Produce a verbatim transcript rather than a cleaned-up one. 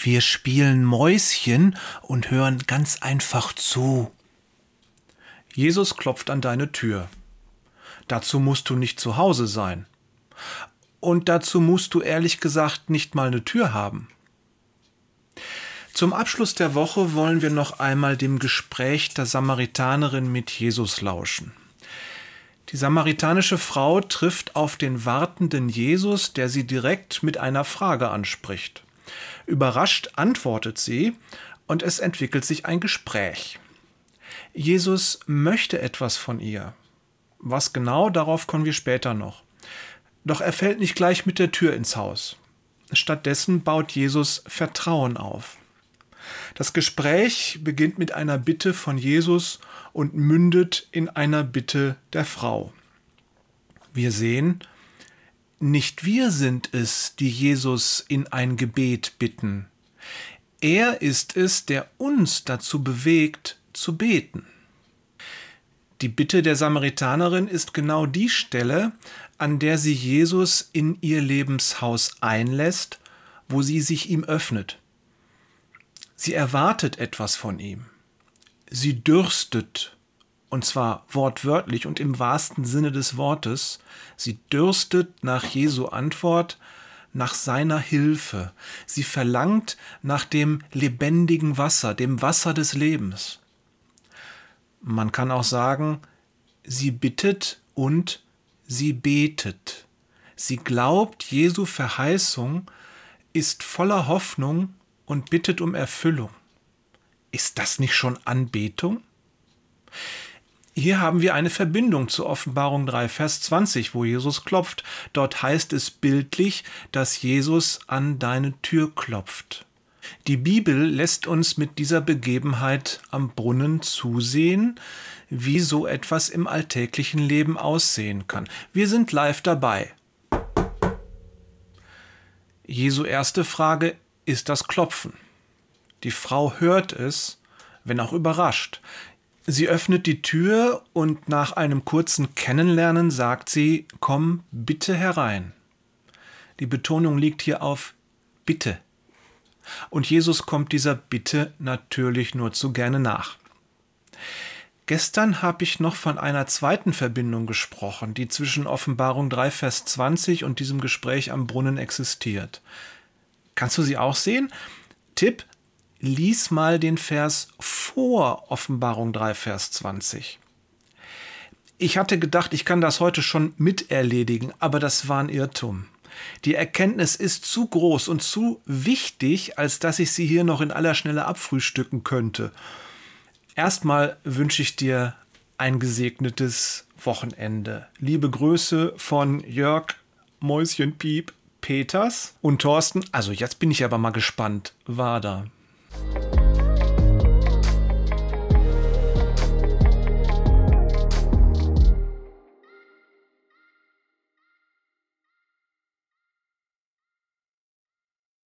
Wir spielen Mäuschen und hören ganz einfach zu. Jesus klopft an deine Tür. Dazu musst du nicht zu Hause sein. Und dazu musst du ehrlich gesagt nicht mal eine Tür haben. Zum Abschluss der Woche wollen wir noch einmal dem Gespräch der Samaritanerin mit Jesus lauschen. Die samaritanische Frau trifft auf den wartenden Jesus, der sie direkt mit einer Frage anspricht. Überrascht antwortet sie und es entwickelt sich ein Gespräch. Jesus möchte etwas von ihr. Was genau, darauf kommen wir später noch. Doch er fällt nicht gleich mit der Tür ins Haus. Stattdessen baut Jesus Vertrauen auf. Das Gespräch beginnt mit einer Bitte von Jesus und mündet in einer Bitte der Frau. Wir sehen, nicht wir sind es, die Jesus in ein Gebet bitten. Er ist es, der uns dazu bewegt, zu beten. Die Bitte der Samaritanerin ist genau die Stelle, an der sie Jesus in ihr Lebenshaus einlässt, wo sie sich ihm öffnet. Sie erwartet etwas von ihm. Sie dürstet, und zwar wortwörtlich und im wahrsten Sinne des Wortes. Sie dürstet nach Jesu Antwort, nach seiner Hilfe. Sie verlangt nach dem lebendigen Wasser, dem Wasser des Lebens. Man kann auch sagen, sie bittet und sie betet. Sie glaubt, Jesu Verheißung ist voller Hoffnung und bittet um Erfüllung. Ist das nicht schon Anbetung? Hier haben wir eine Verbindung zur Offenbarung drei, Vers zwanzig, wo Jesus klopft. Dort heißt es bildlich, dass Jesus an deine Tür klopft. Die Bibel lässt uns mit dieser Begebenheit am Brunnen zusehen, wie so etwas im alltäglichen Leben aussehen kann. Wir sind live dabei. Jesu erste Frage ist das Klopfen. Die Frau hört es, wenn auch überrascht. Sie öffnet die Tür und nach einem kurzen Kennenlernen sagt sie, komm bitte herein. Die Betonung liegt hier auf bitte. Und Jesus kommt dieser Bitte natürlich nur zu gerne nach. Gestern habe ich noch von einer zweiten Verbindung gesprochen, die zwischen Offenbarung drei, Vers zwanzig und diesem Gespräch am Brunnen existiert. Kannst du sie auch sehen? Tipp, lies mal den Vers vor Offenbarung drei, Vers zwanzig. Ich hatte gedacht, ich kann das heute schon miterledigen, aber das war ein Irrtum. Die Erkenntnis ist zu groß und zu wichtig, als dass ich sie hier noch in aller Schnelle abfrühstücken könnte. Erstmal wünsche ich dir ein gesegnetes Wochenende. Liebe Grüße von Jörg Mäuschenpiep Peters und Thorsten. Also jetzt bin ich aber mal gespannt. Wader.